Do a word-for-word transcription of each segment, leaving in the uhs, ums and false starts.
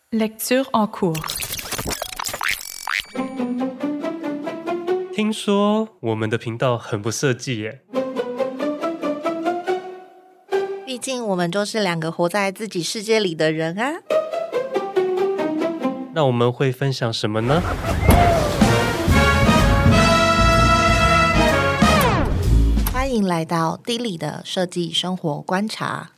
Lecture en cours。 听说我们的频道很不设计耶， 毕竟我们就是两个活在自己世界里的人啊。 那我们会分享什么呢？ 欢迎来到地理的设计生活观察。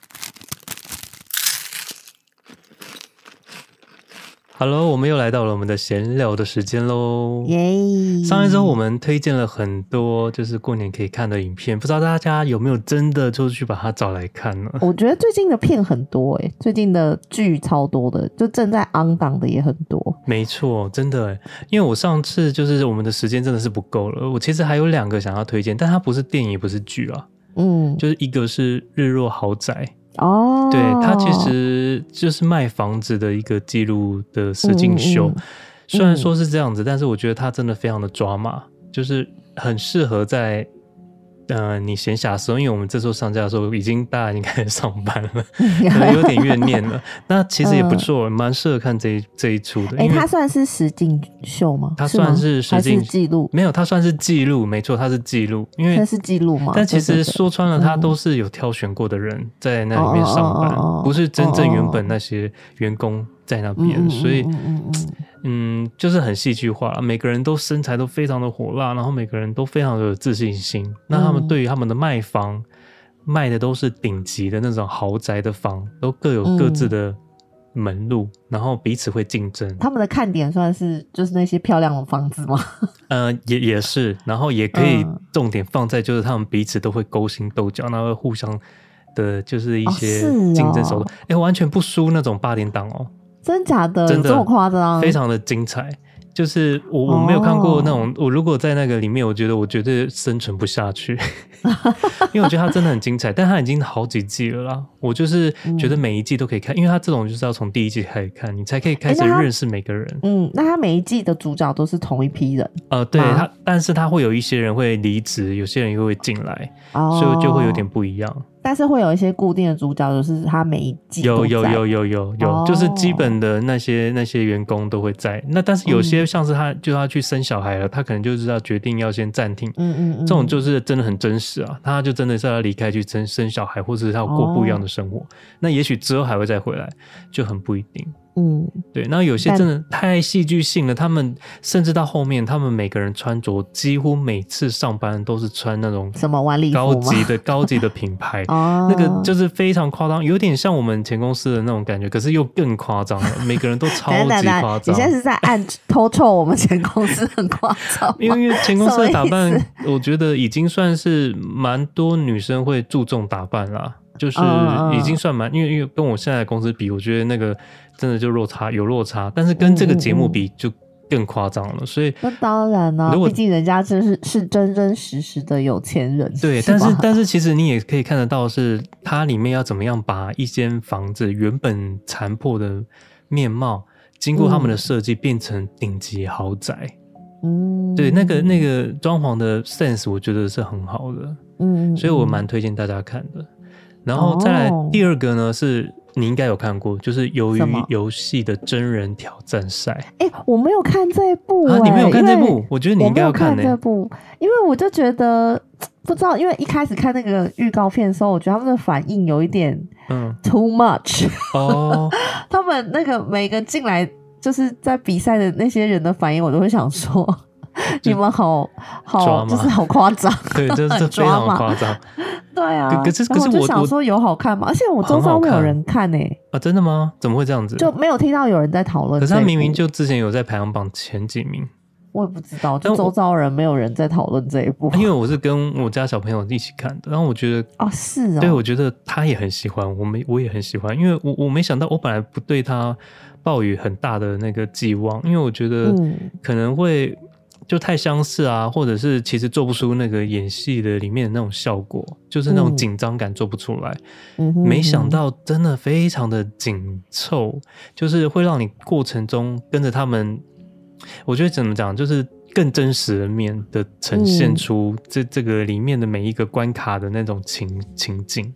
Hello， 我们又来到了我们的闲聊的时间咯。 耶！ 上一周我们推荐了很多就是过年可以看的影片，不知道大家有没有真的就去把它找来看呢？ 我觉得最近的片很多耶，最近的剧超多的，就正在 on 档的也很多。 没错，真的耶，因为我上次就是我们的时间真的是不够了，我其实还有两个想要推荐，但它不是电影也不是剧啊，嗯，就是一个是日落豪宅。哦，对，它其实就是卖房子的一个记录的实境秀，嗯嗯嗯，虽然说是这样子，但是我觉得它真的非常的抓马，就是很适合在呃你闲暇的时候，因为我们这时候上架的时候已经大家已经开始上班了，可能有点怨念了。那其实也不错，蛮适合看这一这一出的。 哎、欸，它算是实境秀吗？ 它算是实境记录？ 没有，它算是记录，没错，它是记录，因为它是记录吗？ 但其实说穿了，它都是有挑选过的人在那里面上班， 嗯、 不是真正原本那些员工在那边，嗯、所以嗯嗯嗯嗯，就是很戏剧化，每个人都身材都非常的火辣，然后每个人都非常的有自信心。那他们对于他们的卖房，卖的都是顶级的那种豪宅的房，都各有各自的门路，嗯、然后彼此会竞争。 他们的看点算是就是那些漂亮的房子吗？ 呃，也也是，然后也可以重点放在就是他们彼此都会勾心斗角，然后会互相的就是一些竞争手段。哎、哦哦，完全不输那种八点档哦。 真假的？ 真的这么夸张？ 非常的精彩。就是我我没有看过那种，哦、我如果在那个里面，我觉得我绝对生存不下去，因为我觉得它真的很精彩，但它已经好几季了啦。我就是觉得每一季都可以看，嗯、因为它这种就是要从第一季开始看，你才可以开始认识每个人。 嗯，那它每一季的主角都是同一批人？ 呃，对，它，但是它会有一些人会离职，有些人又会进来，哦、所以就会有点不一样。 但是会有一些固定的主角，就是他每一季都在。 有有有有有有，哦、就是基本的那些那些员工都会在。那但是有些像是他，嗯、就他去生小孩了，他可能就是要决定要先暂停。嗯嗯嗯，这种就是真的很真实啊，他就真的是要离开去生生小孩，或者是他要过不一样的生活。哦、那也许之后还会再回来，就很不一定。嗯，对，那有些真的太戏剧性了，他们甚至到后面，他们每个人穿着几乎每次上班都是穿那种什么晚礼服高级的高级的品牌，哦、那个就是非常夸张，有点像我们前公司的那种感觉，可是又更夸张了，每个人都超级夸张。 你现在是在暗偷臭我们前公司很夸张？ 因为因为前公司的打扮，我觉得已经算是蛮多女生会注重打扮啦。就是已经算蛮，因为因为跟我现在的公司比，我觉得那个真的就落差有落差，但是跟这个节目比就更夸张了。所以那当然啦，毕竟人家真是是真真实实的有钱人。 对，但是但是其实你也可以看得到，是它里面要怎么样把一间房子原本残破的面貌，经过他们的设计变成顶级豪宅。嗯，对，那个那个装潢的 sense 我觉得是很好的。嗯，所以我蛮推荐大家看的。然后再来第二个呢，哦、是你应该有看过，就是鱿鱼游戏的真人挑战赛。 哎、欸，我没有看这部、欸， 啊，你没有看这部？我觉得你应该要看、欸、 我没有看这部，因为我就觉得不知道，因为一开始看那个预告片的时候，我觉得他们的反应有一点嗯 too much 哦，他们那个每个进来就是在比赛的那些人的反应，我都会想说。你们好好就是好夸张， 对，这这非常夸张。 对啊， 可是可是我就想说有好看吗？而且我周遭没有人看诶、欸、 啊，真的吗？怎么会这样子？ 就没有听到有人在讨论。 可是他明明就之前有在排行榜前几名， 我也不知道，就周遭人没有人在讨论这一部。 因为我是跟我家小朋友一起看的，然后我觉得哦是哦， 对，我觉得他也很喜欢，我没我也很喜欢，因为我我没想到，我本来不对他抱有很大的那个寄望，因为我觉得可能会。就太相似啊，或者是其实做不出那个演戏的里面的那种效果，就是那种紧张感做不出来。嗯、没想到真的非常的紧凑，就是会让你过程中跟着他们，我觉得怎么讲，就是更真实的面的呈现出这、嗯、这个里面的每一个关卡的那种情情境。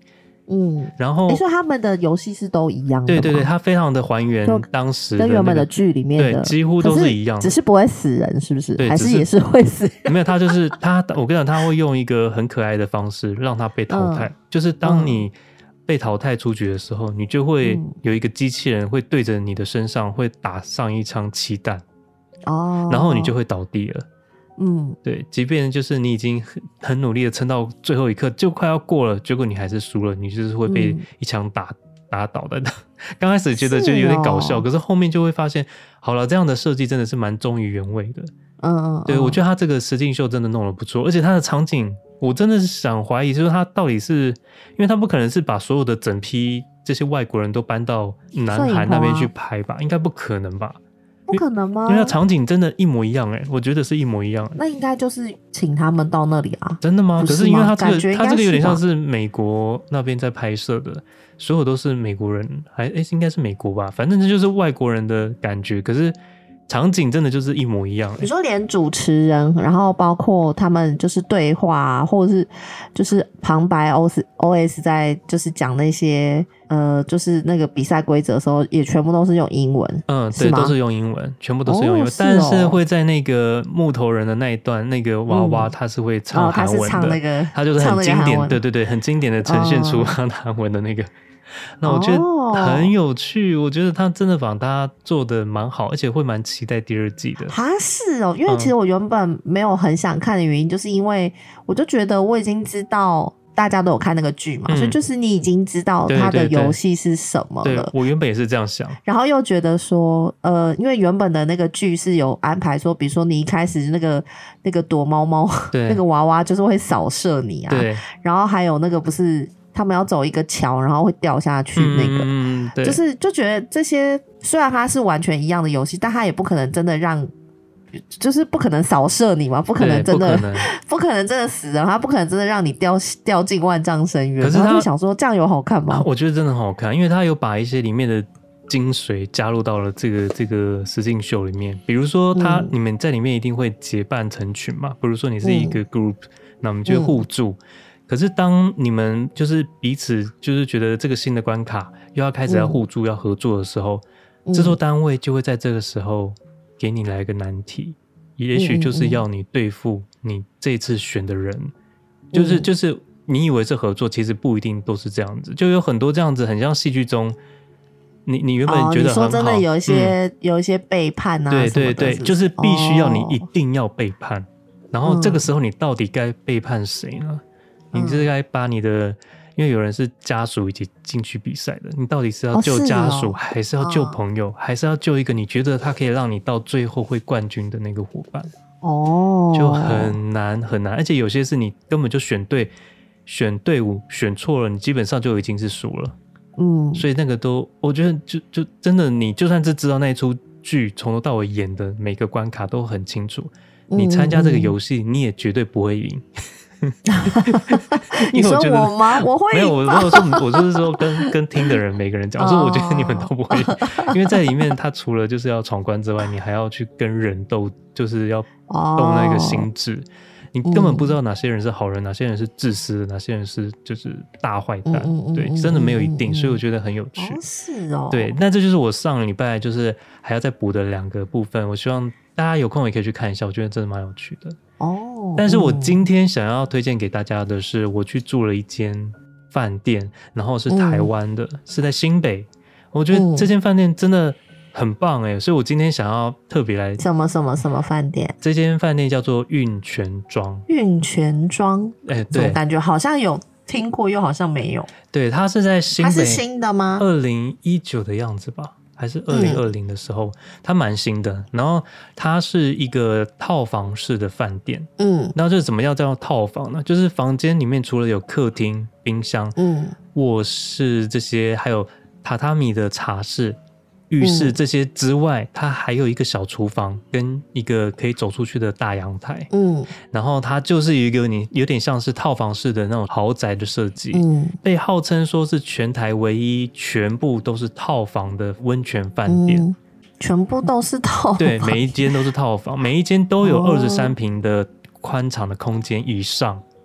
嗯， 然后你说他们的游戏是都一样的吗？ 对对对，它非常的还原当时的、那个、 跟原本的剧里面的， 对，几乎都是一样的， 只是不会死人，是不是？ 对， 还是也是会死人？ 没有，他就是他，我跟你讲，他会用一个很可爱的方式让他被淘汰，嗯、就是当你被淘汰出局的时候，嗯、你就会有一个机器人会对着你的身上会打上一枪气弹，哦，然后你就会倒地了。嗯，对，即便就是你已经很很努力的撑到最后一刻，就快要过了，结果你还是输了，你就是会被一枪打、嗯、打倒的。刚开始觉得就有点搞笑，是、哦、可是后面就会发现，好了，这样的设计真的是蛮忠于原味的。嗯嗯，对，我觉得他这个实境秀真的弄得不错，而且他的场景，我真的是想怀疑，就是他到底是，因为他不可能是把所有的整批这些外国人都搬到南韩那边去拍吧，应该不可能吧？ 不可能吗？ 因为它场景真的一模一样哎、欸，我觉得是一模一样。 那应该就是请他们到那里啊？ 真的吗？ 是吗？ 可是因为它这个，它这个有点像是美国那边在拍摄的，所有都是美国人，还哎、欸、应该是美国吧，反正这就是外国人的感觉。可是场景真的就是一模一样、欸。 你说连主持人，然后包括他们就是对话，或者是就是旁白 O S O S 在就是讲那些。呃，就是那个比赛规则的时候，也全部都是用英文。嗯， 对，都是用英文，全部都是用英文。哦、但是会在那个木头人的那一段，那个娃娃他是会唱韩文的，嗯哦、他是唱那个，他就是很经典，对对对，很经典的呈现出他的韩文的那个。哦、那我觉得很有趣，我觉得他真的把他做的蛮好，而且会蛮期待第二季的。 啊，是哦，因为其实我原本没有很想看的原因，就是因为我就觉得我已经知道。大家都有看那个剧嘛、嗯，所以就是你已经知道它的游戏是什么了。 对对对，我原本也是这样想， 然后又觉得说，呃，因为原本的那个剧是有安排说，比如说你一开始那个那个躲猫猫，那个娃娃就是会扫射你啊，对，然后还有那个不是他们要走一个桥，然后会掉下去那个，嗯，对，就是就觉得这些虽然它是完全一样的游戏，但它也不可能真的让。就是不可能扫射你嘛，不可能真的，不可能, 不可能真的死人，他不可能真的让你掉掉进万丈深渊。可是他就想说，这样有好看吗？ 我觉得真的很好看，因为他有把一些里面的精髓加入到了这个这个实境秀里面。比如说他、嗯，你们在里面一定会结伴成群嘛。比如说你是一个 group，、嗯、那我们就互助、嗯。可是当你们就是彼此就是觉得这个新的关卡又要开始要互助、嗯、要合作的时候，制作单位就会在这个时候。给你来一个难题，也许就是要你对付你这一次选的人，嗯、就是就是你以为是合作，其实不一定都是这样子，就有很多这样子，很像戏剧中，你你原本觉得很好，哦、你说真的有一些、嗯、有一些背叛啊， 对对对，就是必须要你一定要背叛、哦，然后这个时候你到底该背叛谁呢？嗯、你是该把你的。因为有人是家属一起进去比赛的，你到底是要救家属、哦哦、还是要救朋友、哦、还是要救一个你觉得他可以让你到最后会冠军的那个伙伴？哦，就很难很难，而且有些是你根本就选对选队伍选错了，你基本上就已经是输了。嗯，所以那个都我觉得就就真的你就算是知道那一出剧从头到尾演的每个关卡都很清楚，你参加这个游戏、嗯、你也绝对不会赢。 你说我吗？我会没有，我没有说，我就是说跟跟听的人每个人讲，我说我觉得你们都不会，因为在里面他除了就是要闯关之外，你还要去跟人斗，就是要动那个心智，你根本不知道哪些人是好人，哪些人是自私的，哪些人是就是大坏蛋，对，真的没有一定，所以我觉得很有趣。 哦是哦， 对，那这就是我上个礼拜就是还要再补的两个部分，我希望大家有空也可以去看一下，我觉得真的蛮有趣的。哦，但是我今天想要推荐给大家的是，我去住了一间饭店，然后是台湾的、嗯，是在新北。我觉得这间饭店真的很棒哎、欸，所以我今天想要特别来什么什么什么饭店？ 这间饭店叫做运泉庄。 运泉庄， 哎、欸，对， 感觉好像有听过，又好像没有。 对，它是在新北， 它是新的吗？ 二零一九的样子吧。还是二零二零的时候、嗯、它蛮新的，然后它是一个套房式的饭店，嗯，然后就是怎么样叫套房呢？就是房间里面除了有客厅、冰箱、嗯、卧室这些，还有榻榻米的茶室、浴室这些之外、嗯、它还有一个小厨房跟一个可以走出去的大阳台，嗯，然后它就是一个你有点像是套房式的那种豪宅的设计，嗯，被号称说是全台唯一全部都是套房的温泉饭店、嗯、 全部都是套房， 对，每一间都是套房，每一间都有二十三坪的宽敞的空间以上，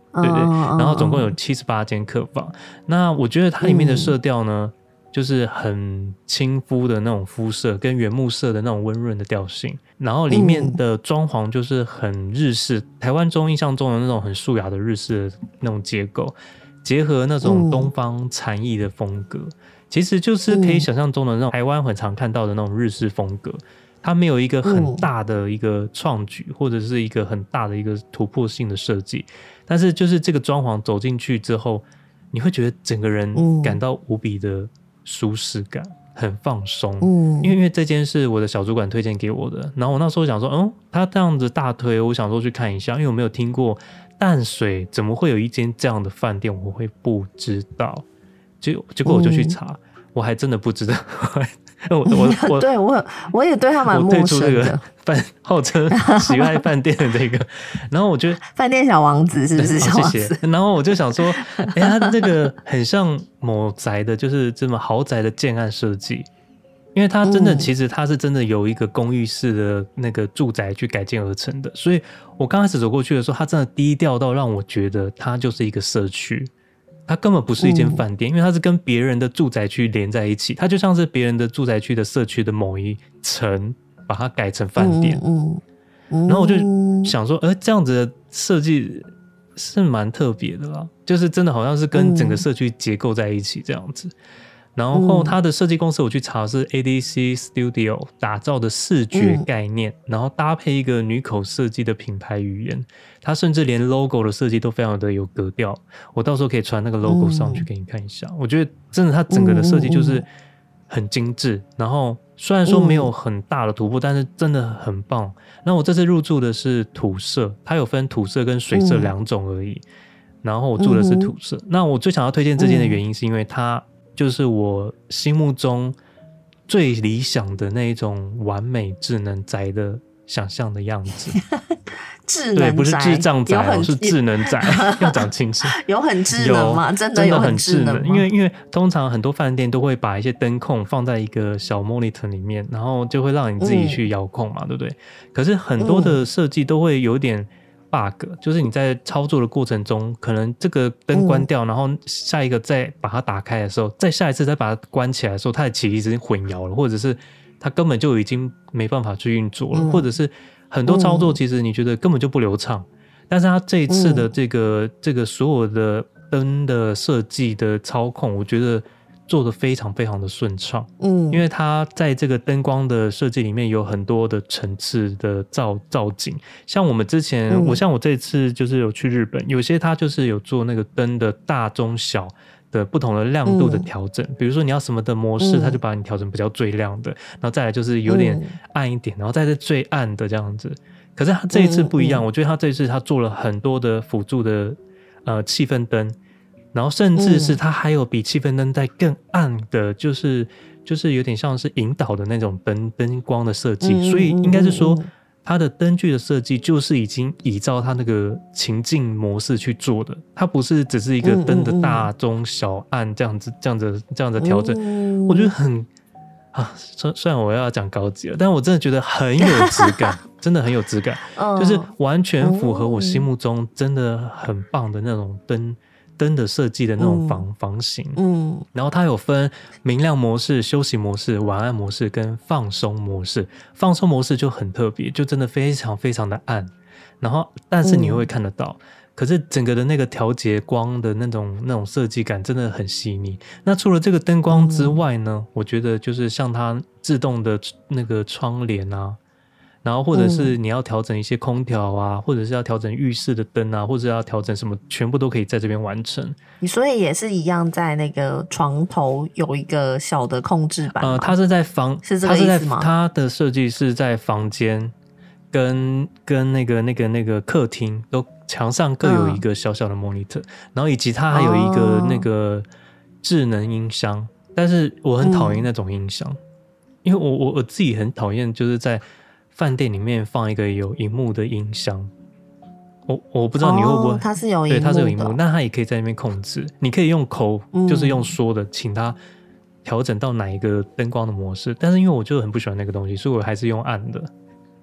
对对，然后总共有七十八间客房。那我觉得它里面的色调呢，嗯、就是很亲肤的那种肤色，跟原木色的那种温润的调性。然后里面的装潢就是很日式，嗯、台湾中印象中的那种很素雅的日式的那种结构，结合那种东方禅意的风格，嗯、其实就是可以想象中的那种台湾很常看到的那种日式风格。它没有一个很大的一个创举，嗯、或者是一个很大的一个突破性的设计，但是就是这个装潢走进去之后，你会觉得整个人感到无比的舒适感，嗯、很放松。嗯，因为因为这间是我的小主管推荐给我的，然后我那时候想说，嗯，他这样子大推，我想说去看一下，因为我没有听过淡水怎么会有一间这样的饭店，我会不知道。结结果我就去查，嗯、我还真的不知道。我我我对我我也对他蛮陌生的。我退出这个饭号称喜爱饭店的这个，然后我觉得饭店小王子是不是？ 好，谢谢。然后我就想说，哎、欸，他这个很像某宅的，就是这么豪宅的建案设计，因为它真的、嗯、其实它是真的有一个公寓式的那个住宅去改建而成的，所以我刚开始走过去的时候，它真的低调到让我觉得它就是一个社区。它根本不是一间饭店，嗯、因为它是跟别人的住宅区连在一起，它就像是别人的住宅区的社区的某一层，把它改成饭店。嗯嗯、然后我就想说，呃，这样子的设计是蛮特别的啦，就是真的好像是跟整个社区结构在一起这样子。然后它的设计公司我去查是 A D C Studio 打造的视觉概念，嗯、然后搭配一个女口设计的品牌语言，它甚至连 logo 的设计都非常的有格调。我到时候可以传那个 logo 上去给你看一下。嗯、我觉得真的它整个的设计就是很精致，嗯、然后虽然说没有很大的突破，嗯、但是真的很棒。那我这次入住的是土色，它有分土色跟水色两种而已，嗯、然后我住的是土色。嗯、那我最想要推荐这间的原因是因为它就是我心目中最理想的那一种完美智能宅的想象的样子。 智能宅对，不是智障宅，哦，是智能宅，要讲清楚。 有很智能吗？真的有很智能吗？ 因为因为通常很多饭店都会把一些灯控放在一个小 monitor 里面，然后就会让你自己去遥控嘛，嗯、对不对？可是很多的设计都会有点bug， 就是你在操作的过程中，可能这个灯关掉，嗯、然后下一个再把它打开的时候，再下一次再把它关起来的时候，它的起力已经混淆了，或者是它根本就已经没办法去运作了，嗯、或者是很多操作其实你觉得根本就不流畅，嗯、但是它这一次的这个、嗯、这个所有的灯的设计的操控，我觉得做得非常非常的顺畅，嗯，因为它在这个灯光的设计里面有很多的层次的造造景，像我们之前，嗯、我像我这次就是有去日本，有些它就是有做那个灯的大中小的不同的亮度的调整，嗯、比如说你要什么的模式，嗯、它就把你调成比较最亮的，然后再来就是有点暗一点，然后再是最暗的这样子。可是它这一次不一样，嗯、我觉得它这一次它做了很多的辅助的呃气氛灯。然后甚至是它还有比气氛灯再更暗的，就是就是有点像是引导的那种灯灯光的设计，嗯、所以应该是说它的灯具的设计就是已经依照它那个情境模式去做的，它不是只是一个灯的大中小暗这样子这样子这样子调整，嗯、我觉得很啊，虽然我要讲高级了，但我真的觉得很有质感，真的很有质感，就是完全符合我心目中真的很棒的那种灯。灯的设计的那种房、嗯、房型，嗯，然后它有分明亮模式、休息模式、晚安模式跟放松模式。放松模式就很特别，就真的非常非常的暗，然后但是你会看得到，嗯、可是整个的那个调节光的那种那种设计感真的很细腻。那除了这个灯光之外呢，嗯、我觉得就是像它自动的那个窗帘啊。然后或者是你要调整一些空调啊，嗯、或者是要调整浴室的灯啊，或者要调整什么，全部都可以在这边完成。 你所以也是一样，在那个床头有一个小的控制板吗？呃， 它是在房， 是这个意思吗？ 它的设计是在房间跟跟那个那个那个客厅都墙上各有一个小小的 monitor，嗯、然后以及它还有一个那个智能音箱，哦、但是我很讨厌那种音箱，嗯、因为我我我自己很讨厌就是在饭店里面放一个有萤幕的音箱，我我不知道你会不会， 哦、它是有萤幕的， 对，它是有萤幕，但它也可以在那边控制，你可以用口，嗯、就是用说的，请它调整到哪一个灯光的模式。但是因为我就很不喜欢那个东西，所以我还是用暗的。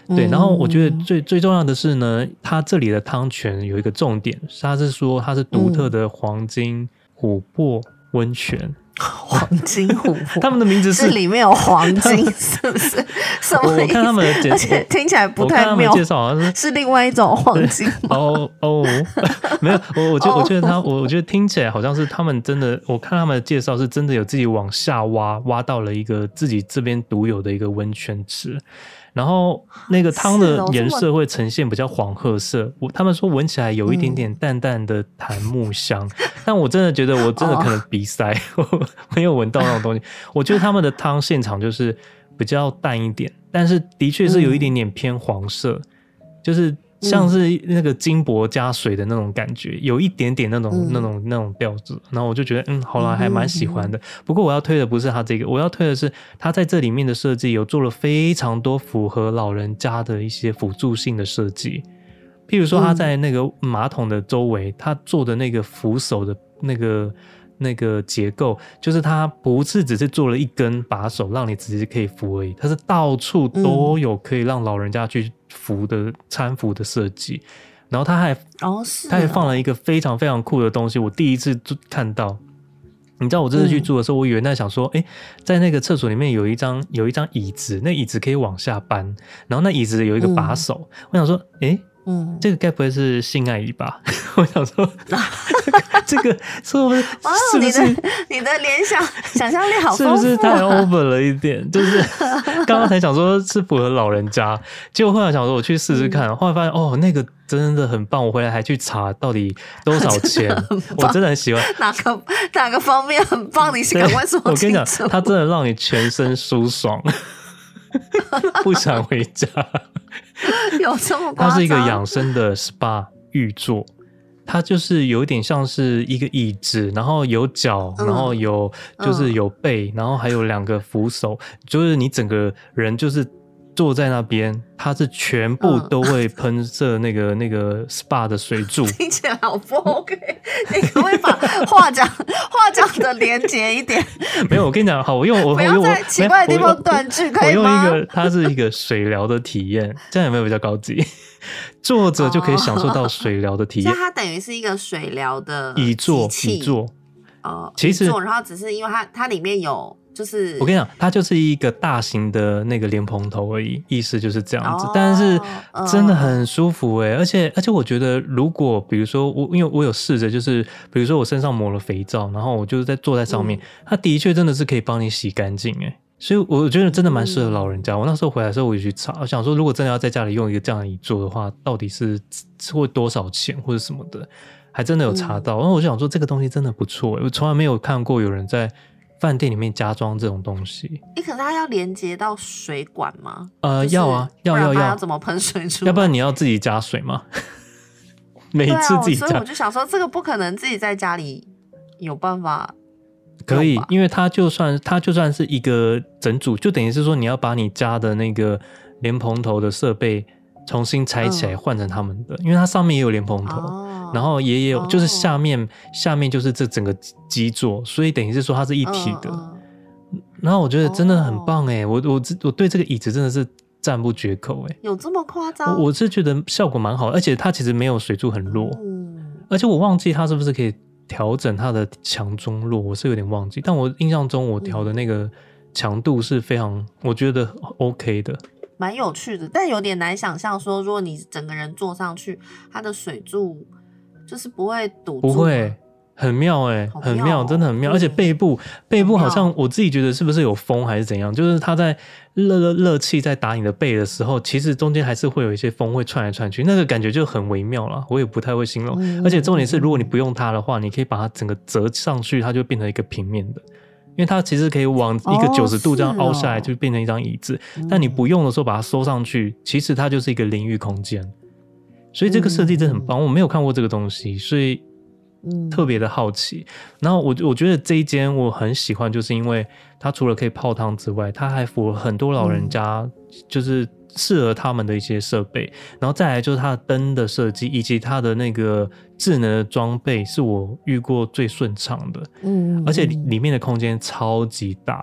对，然后我觉得最最重要的是呢，它这里的汤泉有一个重点，它是说它是独特的黄金琥珀温泉。 黄金琥珀， 他们的名字是, 是里面有黄金，是不是？什么意思？ 我看他们的介绍， 而且听起来不太妙。 介绍好像是是另外一种黄金。 哦哦，没有，我我觉得、oh. 我觉得他，我我觉得听起来好像是他们真的，我看他们的介绍是真的有自己往下挖，挖到了一个自己这边独有的一个温泉池。然后那个汤的颜色会呈现比较黄褐色，我他们说闻起来有一点点淡淡的檀木香，嗯、但我真的觉得我真的可能鼻塞，哦、我没有闻到那种东西。我觉得他们的汤现场就是比较淡一点，但是的确是有一点点偏黄色，嗯、就是像是那个金箔加水的那种感觉，有一点点那种、嗯、那种那种调子。然后我就觉得嗯，好啦，还蛮喜欢的。不过我要推的不是他这个，我要推的是他在这里面的设计有做了非常多符合老人家的一些辅助性的设计。譬如说他在那个马桶的周围，他做的那个扶手的那个那个结构，就是它不是只是做了一根把手让你直接可以扶而已，它是到处都有可以让老人家去扶的搀扶的设计。然后他还哦是哦， 他还放了一个非常非常酷的东西，我第一次看到。你知道我这次去住的时候，嗯、我以为在想说，哎，在那个厕所里面有一张有一张椅子，那椅子可以往下搬，然后那椅子有一个把手，嗯、我想说，哎。嗯，这个该不会是性爱椅吧？我想说，这个是不是？ 哇， 是不是你的你的联想想象力好丰富、啊， 是不是太 over 了一点？就是刚刚才想说是符合老人家，结果后来想说我去试试看，嗯、后来发现哦，那个真的很棒。我回来还去查到底多少钱，我真的很喜欢。 哪个哪个方面很棒？你是赶快说清楚。 我跟你讲，它真的让你全身舒爽。不想回家。 有这么夸张？ 它是一个养生的 S P A 浴座，它就是有点像是一个椅子，然后有脚，然后有就是有背，嗯、然后还有两个扶手，就是你整个人就是坐在那边，它是全部都会喷射那个、嗯、那个 S P A 的水柱， 听起来好不 OK。你可不可以把话讲话讲的连结一点？ 没有，我跟你讲，好，我用我不要在奇怪的地方断句，可以吗？ 我用一个，它是一个水疗的体验，这样有没有比较高级？坐着就可以享受到水疗的体验， 所以它等于是一个水疗的椅座，椅座。 哦， 其实， 然后只是因为它它里面有。就是我跟你讲，它就是一个大型的那个莲蓬头而已，意思就是这样子。哦、但是真的很舒服哎、欸，而且而且我觉得，如果比如说我，因为我有试着，就是比如说我身上抹了肥皂，然后我就是在坐在上面，嗯、它的确真的是可以帮你洗干净哎。所以我觉得真的蛮适合老人家。嗯、我那时候回来的时候，我也去查，我想说，如果真的要在家里用一个这样的椅座的话，到底是会多少钱或者什么的，还真的有查到。嗯、然后我就想说，这个东西真的不错、欸，我从来没有看过有人在饭店里面加装这种东西。 欸、可是它要连接到水管吗？ 呃， 就是、 要啊，要要要。 要怎么喷水出来？ 要不然你要自己加水吗？每次自己加、 啊。所以我就想说，这个不可能自己在家里有办法。 可以，因为它就算它就算是一个整组，就等于是说你要把你家的那个莲蓬头的设备重新拆起来换成他们的，嗯、因为它上面也有莲蓬头。哦然后也有，就是下面、哦、下面就是这整个基座，所以等于是说它是一体的。嗯嗯、然后我觉得真的很棒哎、欸，我我我对这个椅子真的是赞不绝口哎、欸。 有这么夸张？ 我, 我是觉得效果蛮好的，而且它其实没有水柱很弱，嗯、而且我忘记它是不是可以调整它的强中弱，我是有点忘记。但我印象中我调的那个强度是非常，嗯、我觉得 OK 的。 蛮有趣的，但有点难想象说，如果你整个人坐上去，它的水柱。就是不会堵住， 不会，很妙哎、欸，很妙，真的很妙。而且背部背部好像我自己觉得是不是有风还是怎样？就是它在热热热气在打你的背的时候，其实中间还是会有一些风会窜来窜去，那个感觉就很微妙啦。我也不太会形容。嗯、而且重点是，如果你不用它的话，你可以把它整个折上去，它就变成一个平面的。因为它其实可以往一个九十度这样凹下来，就变成一张椅子。哦、但你不用的时候把它收上去，其实它就是一个淋浴空间。所以这个设计真的很棒，嗯、我没有看过这个东西，所以特别的好奇。嗯、然后我我觉得这一间我很喜欢，就是因为它除了可以泡汤之外，它还符合很多老人家，嗯、就是适合他们的一些设备。然后再来就是它的灯的设计，以及它的那个智能的装备，是我遇过最顺畅的。嗯，而且里面的空间超级大。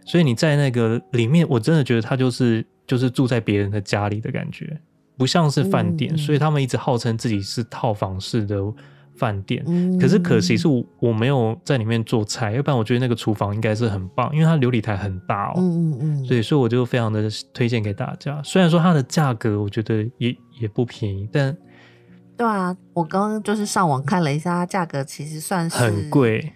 所以你在那个里面，我真的觉得他就是就是住在别人的家里的感觉，不像是饭店、嗯、所以他们一直号称自己是套房式的饭店、嗯、可是可惜是我没有在里面做菜，要不然我觉得那个厨房应该是很棒，因为它流理台很大哦、嗯嗯、所以说我就非常的推荐给大家。虽然说它的价格我觉得也也不便宜，但对啊，我刚刚就是上网看了一下，它价格其实算是很贵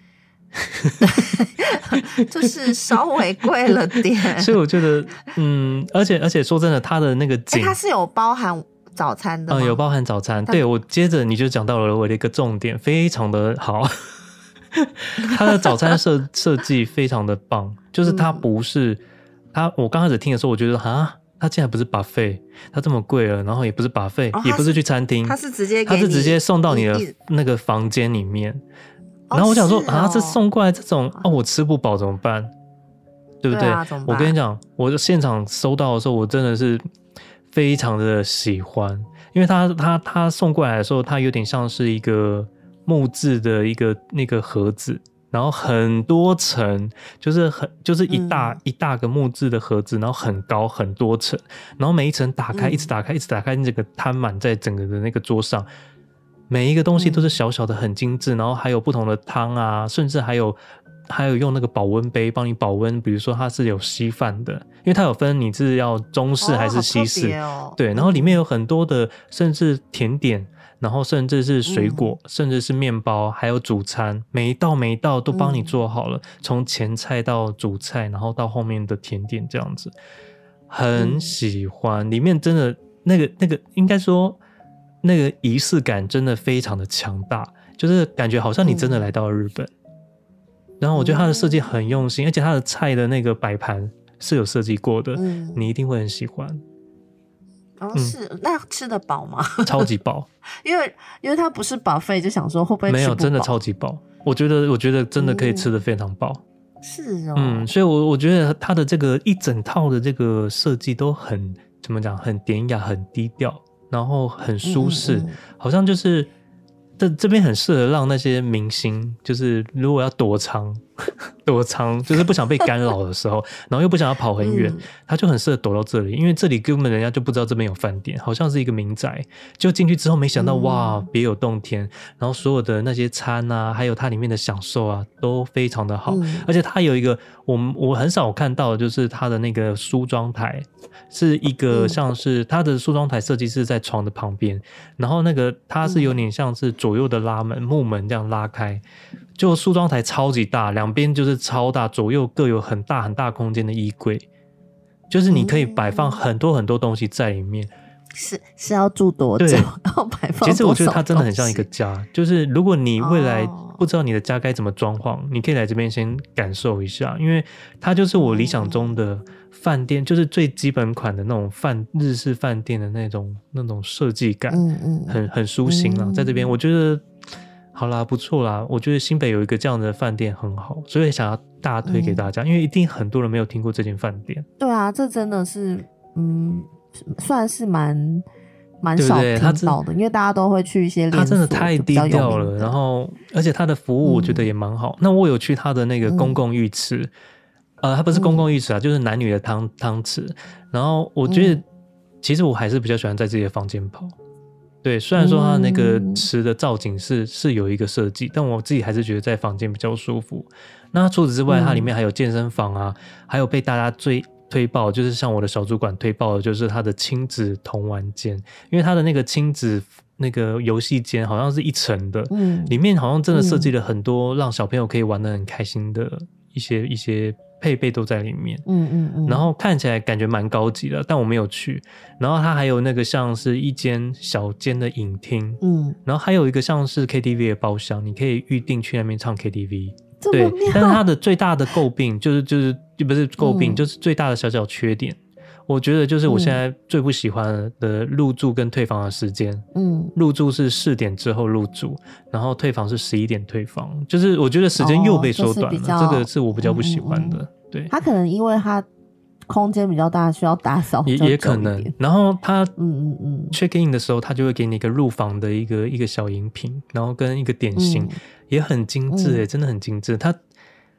就是稍微贵了点所以我觉得嗯，而且而且说真的，它的那个景、 欸、它是有包含早餐的吗？ 嗯，有包含早餐。对，我接着你就讲到了我的一个重点，非常的好它的早餐设设计非常的棒，就是它不是、嗯、它我刚开始听的时候我觉得啊，它竟然不是 buffet， 它这么贵了，然后也不是 buffet、哦、也不是去餐厅， 它是直接给它是直接送到你的那个房间里面、哦、然后我想说、哦、啊，这送过来这种哦，我吃不饱怎么办，对不对？ 对啊， 我跟你讲，我现场收到的时候我真的是非常的喜欢，因为他他他送过来的时候，它有点像是一个木质的一个那个盒子，然后很多层，就是很就是一大、嗯、一大个木质的盒子，然后很高很多层，然后每一层打开、嗯、一直打开一直打开，这个摊满在整个的那个桌上，每一个东西都是小小的很精致、嗯、然后还有不同的汤啊，甚至还有还有用那个保温杯帮你保温，比如说它是有稀饭的，因为它有分你是要中式还是西式、 哦哦、 对，然后里面有很多的甚至甜点，然后甚至是水果、嗯、甚至是面包，还有主餐，每一道每一道都帮你做好了、嗯、从前菜到主菜，然后到后面的甜点，这样子很喜欢、嗯、里面真的那个那个应该说那个仪式感真的非常的强大，就是感觉好像你真的来到了日本、嗯，然后我觉得它的设计很用心、嗯、而且它的菜的那个摆盘是有设计过的、嗯、你一定会很喜欢。 哦，是、嗯、那吃得饱吗？ 超级饱因为因为它不是 buffet， 就想说会不会吃不饱， 没有，真的超级饱，我觉得我觉得真的可以吃得非常饱、 嗯、是哦， 嗯，所以我我觉得它的这个一整套的这个设计都很怎么讲，很典雅很低调，然后很舒适、嗯嗯、好像就是这这边很适合让那些明星，就是如果要躲藏躲藏，就是不想被干扰的时候然后又不想要跑很远、嗯、他就很适合躲到这里，因为这里根本人家就不知道这边有饭店，好像是一个民宅，就进去之后没想到、嗯、哇别有洞天，然后所有的那些餐啊还有它里面的享受啊都非常的好、嗯、而且它有一个我我很少看到的，就是它的那个梳妆台是一个像是它的梳妆台设计是在床的旁边，然后那个它是有点像是左右的拉门、嗯、木门这样拉开，就梳妆台超级大，两边就是超大，左右各有很大很大空间的衣柜，就是你可以摆放很多很多东西在里面。 是是要住多久？要摆放多少？ 其实我觉得它真的很像一个家，就是如果你未来不知道你的家该怎么装潢、哦、你可以来这边先感受一下，因为它就是我理想中的饭店、嗯、就是最基本款的那种饭日式饭店的那种那种设计感，嗯嗯，很很舒心啦、嗯、在这边我觉得好啦不错啦，我觉得新北有一个这样的饭店很好，所以想要大推给大家、嗯、因为一定很多人没有听过这间饭店。 对啊，这真的是嗯算是蛮蛮少听到的，因为大家都会去一些连锁， 它真的太低调了，然后而且它的服务我觉得也蛮好、嗯、那我有去它的那个公共浴池、嗯、呃，它不是公共浴池啊、嗯、就是男女的汤汤池，然后我觉得、嗯、其实我还是比较喜欢在自己的房间泡，对，虽然说它那个池的造景是、嗯、是有一个设计，但我自己还是觉得在房间比较舒服。那除此之外、嗯、它里面还有健身房啊，还有被大家最推爆，就是像我的小主管推爆的就是它的亲子童玩间，因为它的那个亲子那个游戏间好像是一层的、嗯、里面好像真的设计了很多让小朋友可以玩得很开心的一些一些配备都在里面，嗯嗯嗯，然后看起来感觉蛮高级的，但我没有去。然后它还有那个像是一间小间的影厅，嗯，然后还有一个像是 K T V 的包厢，你可以预定去那边唱 K T V。对，但是它的最大的诟病就是就是不是诟病、嗯，就是最大的小小缺点，我觉得就是我现在最不喜欢的入住跟退房的时间。嗯，入住是四点之后入住，然后退房是十一点退房，就是我觉得时间又被缩短了、哦就是，这个是我比较不喜欢的。嗯嗯嗯对， 它可能因为它空间比较大，需要打扫也也可能。然后它嗯嗯嗯 check in 的时候，它就会给你一个入房的一个一个小饮品，然后跟一个点心，嗯、也很精致诶、嗯，真的很精致。它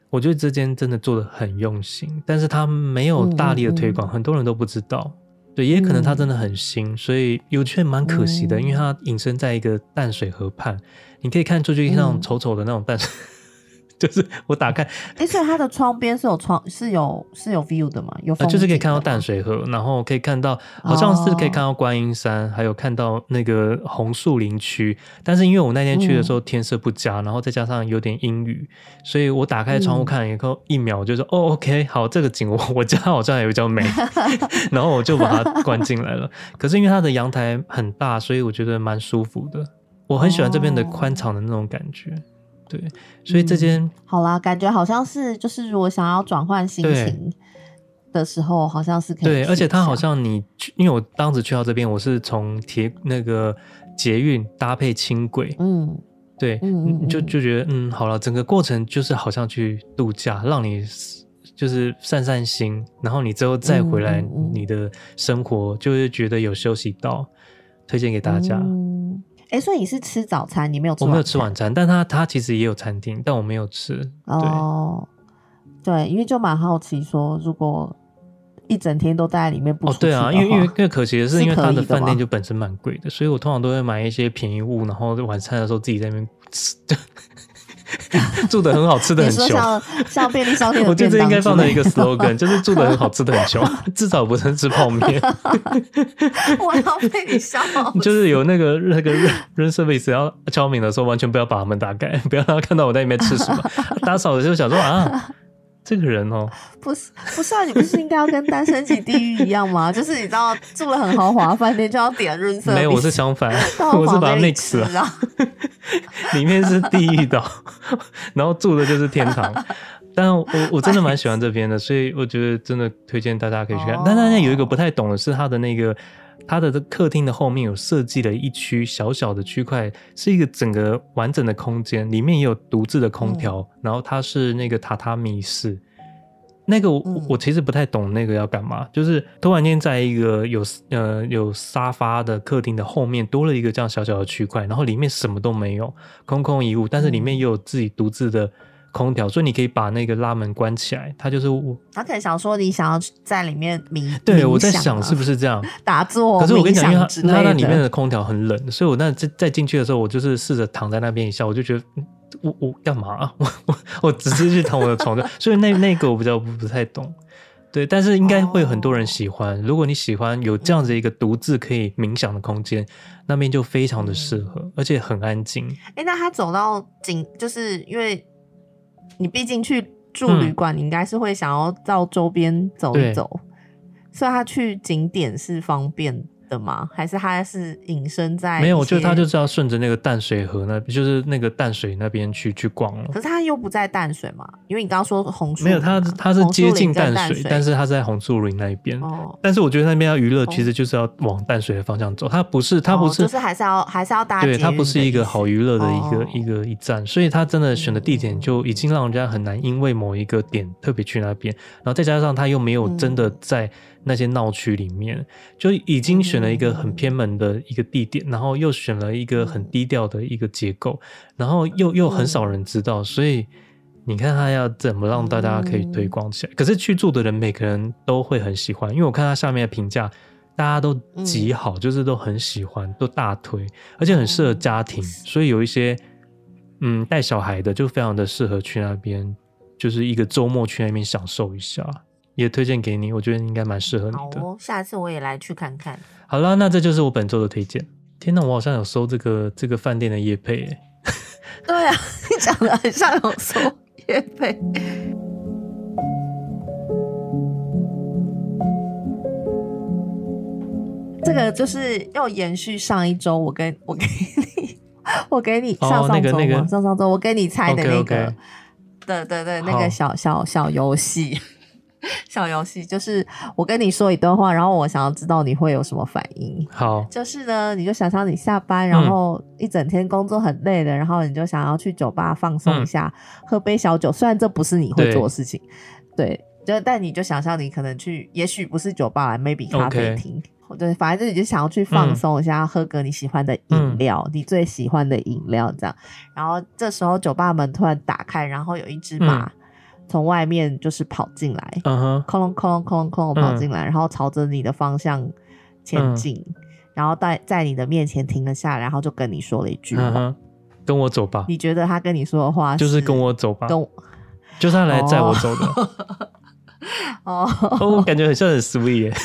我觉得这间真的做的很用心，但是他没有大力的推广，嗯嗯嗯很多人都不知道。对，也可能它真的很新，嗯、所以有觉得蛮可惜的，嗯、因为它隐身在一个淡水河畔，你可以看出去那种丑丑的那种淡水。嗯就是我打开， 哎、欸，所以它的窗边是有窗，是有是有 view 的吗？有风景的吗？ 呃，就是可以看到淡水河，然后可以看到，好像是可以看到观音山，哦、还有看到那个红树林区。但是因为我那天去的时候天色不佳，嗯、然后再加上有点阴雨，所以我打开窗户看了以后，一秒就说、嗯、哦 ，OK， 好，这个景我我家好像也比较美，然后我就把它关进来了。可是因为它的阳台很大，所以我觉得蛮舒服的。我很喜欢这边的宽敞的那种感觉。哦对，所以这间、嗯、 好啦，感觉好像是就是如果想要转换心情的时候，好像是可以。 对，而且它好像你，因为我当时去到这边，我是从铁那个捷运搭配轻轨，嗯，对，嗯嗯嗯就就觉得嗯，好了，整个过程就是好像去度假，让你就是散散心，然后你之后再回来，你的生活就会觉得有休息到，推荐给大家。嗯哎、欸，所以你是吃早餐，你没有吃晚餐？ 我没有吃晚餐，但他他其实也有餐厅，但我没有吃。 哦，对，因为就蛮好奇说，如果一整天都待在里面不出去的话， 哦，对啊，因为因为更可惜的是，因为他的饭店就本身蛮贵的，所以我通常都会买一些便宜物，然后晚餐的时候自己在那边吃。住得很好，吃得很穷。你说像像便利商店的便当， 我觉得这应该放在一个 slogan， 就是住得很好，吃得很穷，至少不是吃泡面。 我要被你笑。 就是有那个那个 room service 要敲门的时候，完全不要把门打开，不要让他看到我在里面吃什么。打扫的时候想说啊。这个人哦， 不是不是啊，你不是应该要跟单身级地狱一样吗？就是你知道住了很豪华饭店就要点润色， 没有，我是相反，我是把它 mix 了，里面是地狱岛，然后住的就是天堂。但我我真的蛮喜欢这边的，所以我觉得真的推荐大家可以去看。哦、但大家有一个不太懂的是，它的那个它的客厅的后面有设计了一区小小的区块，是一个整个完整的空间，里面也有独自的空调，嗯、然后它是那个榻榻米式。那个我、嗯、我其实不太懂那个要干嘛，就是突然间在一个有呃有沙发的客厅的后面多了一个这样小小的区块，然后里面什么都没有，空空一物，但是里面又有自己独自的空调，所以你可以把那个拉门关起来，它就是他可能想说你想要在里面冥对我在想是不是这样打坐， 可是我跟你讲，因为它它那里面的空调很冷，所以我那再进去的时候，我就是试着躺在那边一下，我就觉得。我我干嘛、啊？我我我只是去躺我的床上，所以那那个我比较不不太懂，对，但是应该会有很多人喜欢。哦、如果你喜欢有这样子一个独自可以冥想的空间，那边就非常的适合，嗯、而且很安静。 哎、欸，那他走到景，就是因为你毕竟去住旅馆，嗯、你应该是会想要到周边走一走，所以他去景点是方便的吗？还是他是隐身在？ 没有，我觉得他就是要顺着那个淡水河那，就是那个淡水那边去去逛了。 可是他又不在淡水嘛，因为你刚刚说红树林， 没有，他他是接近淡 水, 水，但是他在红树林那一边。哦，但是我觉得那边要娱乐，其实就是要往淡水的方向走。他不是，他不是， 哦、就是还是要还是要搭捷运的意思。 对，他不是一个好娱乐的一个、哦、一个一站，所以他真的选的地点就已经让人家很难因为某一个点特别去那边，然后再加上他又没有真的在那些闹区里面，嗯、就已经选了一个很偏门的一个地点，然后又选了一个很低调的一个结构，然后又又很少人知道，所以你看他要怎么让大家可以推广起来。可是去住的人每个人都会很喜欢，因为我看他下面的评价大家都极好，就是都很喜欢，都大推，而且很适合家庭，所以有一些嗯带小孩的就非常的适合去那边，就是一个周末去那边享受一下。也推荐给你，我觉得应该蛮适合你的。 好哦，下次我也来去看看。 好了，那这就是我本周的推荐。天哪，我好像有收这个这个饭店的业配耶。 对啊，你讲的很像有收业配。这个就是要延续上一周，我跟我给你，我给你上上周嘛、哦那个那个、上上周我给你猜的那个， okay, okay 对对对，那个小小小游戏。小游戏就是我跟你说一段话，然后我想要知道你会有什么反应。 好， 就是呢，你就想象你下班，然后一整天工作很累了，嗯、然后你就想要去酒吧放松一下，嗯、喝杯小酒。虽然这不是你会做的事情，对，对就但你就想象你可能去，也许不是酒吧啦 ，maybe 咖啡厅。Okay. 对，反正就你就想要去放松一下，嗯、喝个你喜欢的饮料，嗯、你最喜欢的饮料这样。然后这时候酒吧门突然打开，然后有一只马。嗯从外面就是跑进来， 嗯哼， 哐隆哐隆哐隆哐隆跑进来，嗯、然后朝着你的方向前进，嗯、然后在在你的面前停了下来，然后就跟你说了一句话。嗯， 跟我走吧。 你觉得他跟你说的话 是, 就是跟我走吧， 跟我就是他来载我走的。 哦， 哦，我感觉很像很 sweet 耶。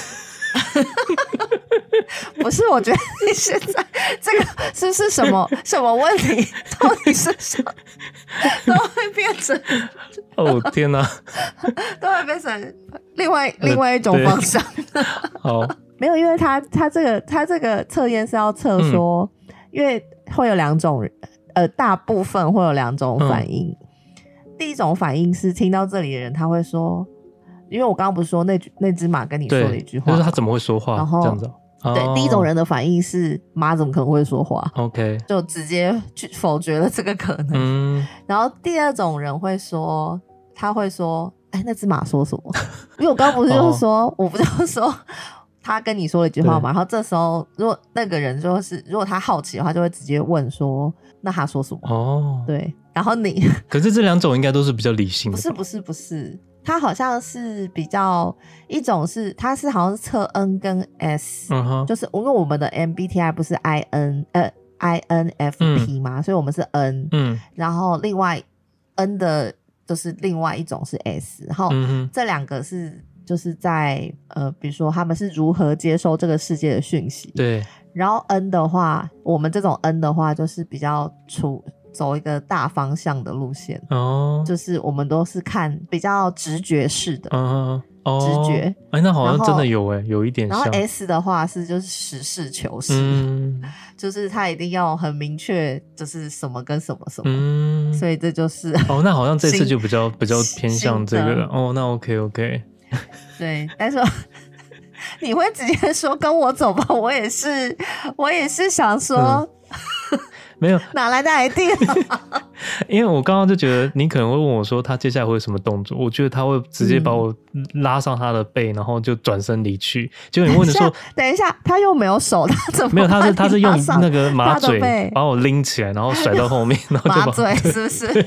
不是，我觉得你现在这个是是什么什么问题？到底是什么？都会变成哦天哪， 都会变成另外另外一种方向。 好， 没有，因为他他这个他这个测验是要测说，嗯、因为会有两种，呃，大部分会有两种反应。嗯、第一种反应是听到这里的人，他会说，因为我刚刚不是说那那只马跟你说了一句话， 就是他怎么会说话？然后这样子。 对，哦、第一种人的反应是马怎么可能会说话 ？OK， 就直接去否决了这个可能。嗯，然后第二种人会说，他会说，哎，那只马说什么？因为我刚刚不是就是说，哦、我不就是说他跟你说了一句话嘛，然后这时候如果那个人就是如果他好奇的话，就会直接问说，那他说什么？哦，对，然后你可是这两种应该都是比较理性的， 不是不是不是。它好像是比较一种是，它是好像是测 N 跟 S，嗯、就是因为我们的 M B T I 不是 I N 呃 I N F P 嘛，嗯、所以我们是 N，嗯、然后另外 N 的就是另外一种是 S， 然后这两个是就是在呃比如说他们是如何接收这个世界的讯息， 对， 然后 N 的话，我们这种 N 的话就是比较出。走一个大方向的路线哦，就是我们都是看比较直觉式的，嗯，哦、直觉， 哎，那好像真的有哎，有一点像。 然后 S 的话是就是实事求是，嗯、就是他一定要很明确，就是什么跟什么什么，嗯，所以这就是哦，那好像这次就比较比较偏向这个了哦，那 OK OK， 对，但是你会直接说跟我走吧，我也是，我也是想说。嗯没有哪来的 idea？ 因为我刚刚就觉得你可能会问我说他接下来会有什么动作，我觉得他会直接把我拉上他的背，嗯、然后就转身离去。结果你问的说， 等一下，他又没有手，他怎么没有？他是他是用那个马嘴把我拎起来，然后甩到后面，然后就把马嘴是不是？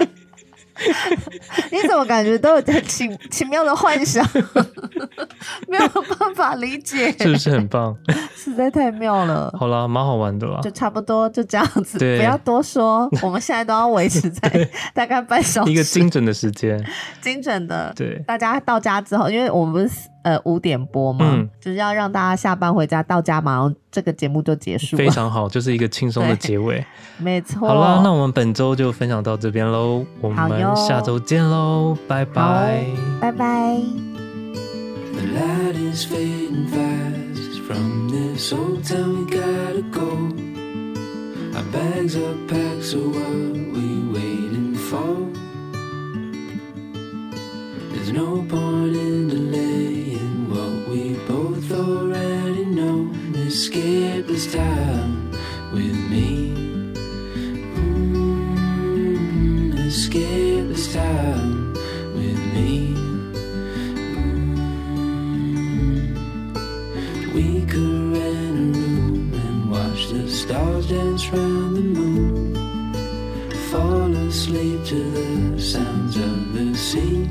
你怎么感觉都有很奇奇妙的幻想，没有办法理解， 是不是很棒？ 实在太妙了。 好啦，蛮好玩的啦， 就差不多就这样子，不要多说。我们现在都要维持在大概半小时， 一个精准的时间， 精准的。 对， 大家到家之后，因为我们不是呃五点播嘛，嗯、就是要让大家下班回家到家马上这个节目就结束了， 非常好，就是一个轻松的结尾。 没错。 好啦，那我们本周就分享到这边喽，我们下周见喽，拜拜， 拜拜。 The light is fading fast from this old town, we gotta go. Our bags are packed, so what we waiting for? There's no point in delaying what we both already know. Escape this time with me. Mm, escape this time with me. We could rent a room and watch the stars dance round the moon. Fall asleep to the sounds of the sea.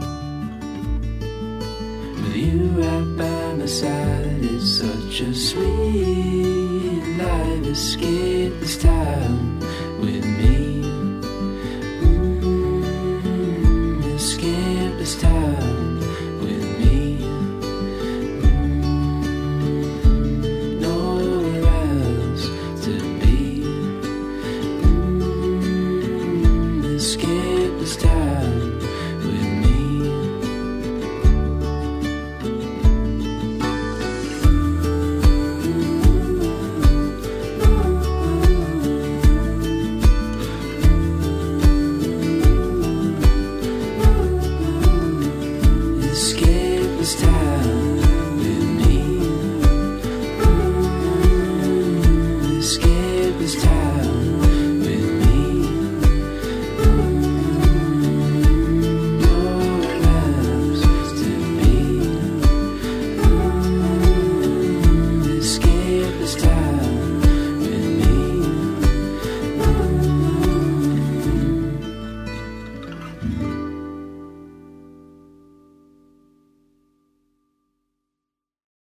With you right by my side, it's such a sweet life. Escape this time with me. Mm, escape this time with me. Escape this time with me. Escape this time.